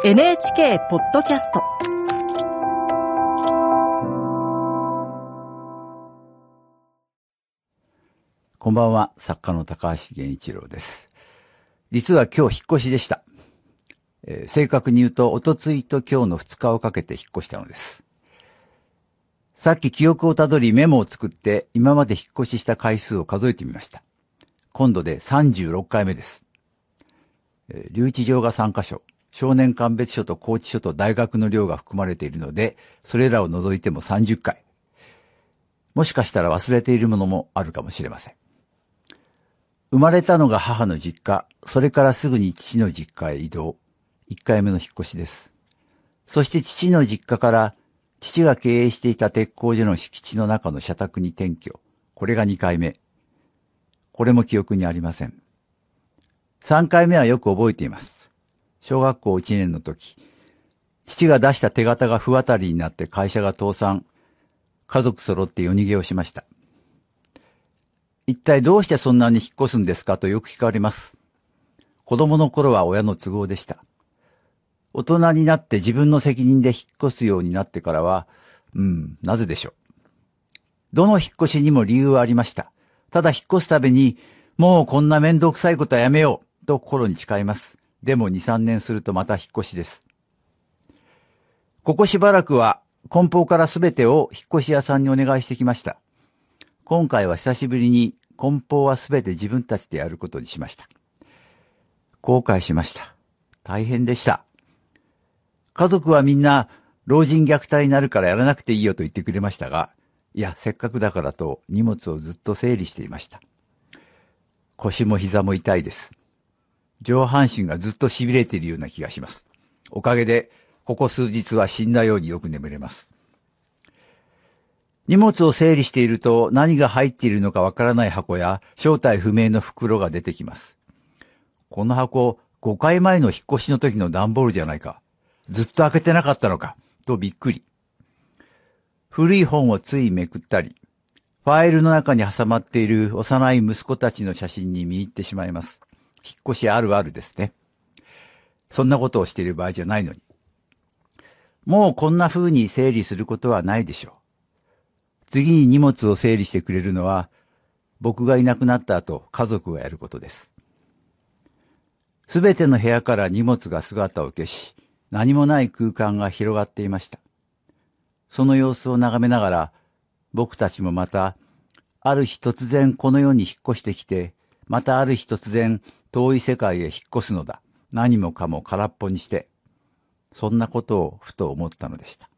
NHK ポッドキャスト。 こんばんは、作家の高橋源一郎です。実は今日引っ越しでした。正確に言うと、おとついと今日の2日をかけて引っ越したのです。さっき記憶をたどりメモを作って、今まで引っ越しした回数を数えてみました。今度で36回目です。留置場が3カ所、少年鑑別所と拘置所と大学の寮が含まれているので、それらを除いても30回。もしかしたら忘れているものもあるかもしれません。生まれたのが母の実家、それからすぐに父の実家へ移動。1回目の引っ越しです。そして父の実家から父が経営していた鉄工所の敷地の中の社宅に転居。これが2回目。これも記憶にありません。3回目はよく覚えています。小学校1年の時、父が出した手形が不渡りになって会社が倒産。家族揃って夜逃げをしました。一体どうしてそんなに引っ越すんですかとよく聞かれます。子供の頃は親の都合でした。大人になって自分の責任で引っ越すようになってからは、なぜでしょう。どの引っ越しにも理由はありました。ただ引っ越すたびに、もうこんなめんどくさいことはやめようと心に誓います。でも2、3年するとまた引っ越しです。ここしばらくは梱包からすべてを引っ越し屋さんにお願いしてきました。今回は久しぶりに梱包はすべて自分たちでやることにしました。後悔しました。大変でした。家族はみんな老人虐待になるからやらなくていいよと言ってくれましたが、いや、せっかくだからと荷物をずっと整理していました。腰も膝も痛いです。上半身がずっと痺れているような気がします。おかげで、ここ数日は死んだようによく眠れます。荷物を整理していると何が入っているのかわからない箱や正体不明の袋が出てきます。この箱、5回前の引っ越しの時の段ボールじゃないか。ずっと開けてなかったのか。とびっくり。古い本をついめくったり、ファイルの中に挟まっている幼い息子たちの写真に見入ってしまいます。引っ越しあるあるですね。そんなことをしている場合じゃないのに。もうこんな風に整理することはないでしょう。次に荷物を整理してくれるのは、僕がいなくなった後、家族がやることです。すべての部屋から荷物が姿を消し、何もない空間が広がっていました。その様子を眺めながら、僕たちもまた、ある日突然この世に引っ越してきて、またある日突然遠い世界へ引っ越すのだ。何もかも空っぽにして、そんなことをふと思ったのでした。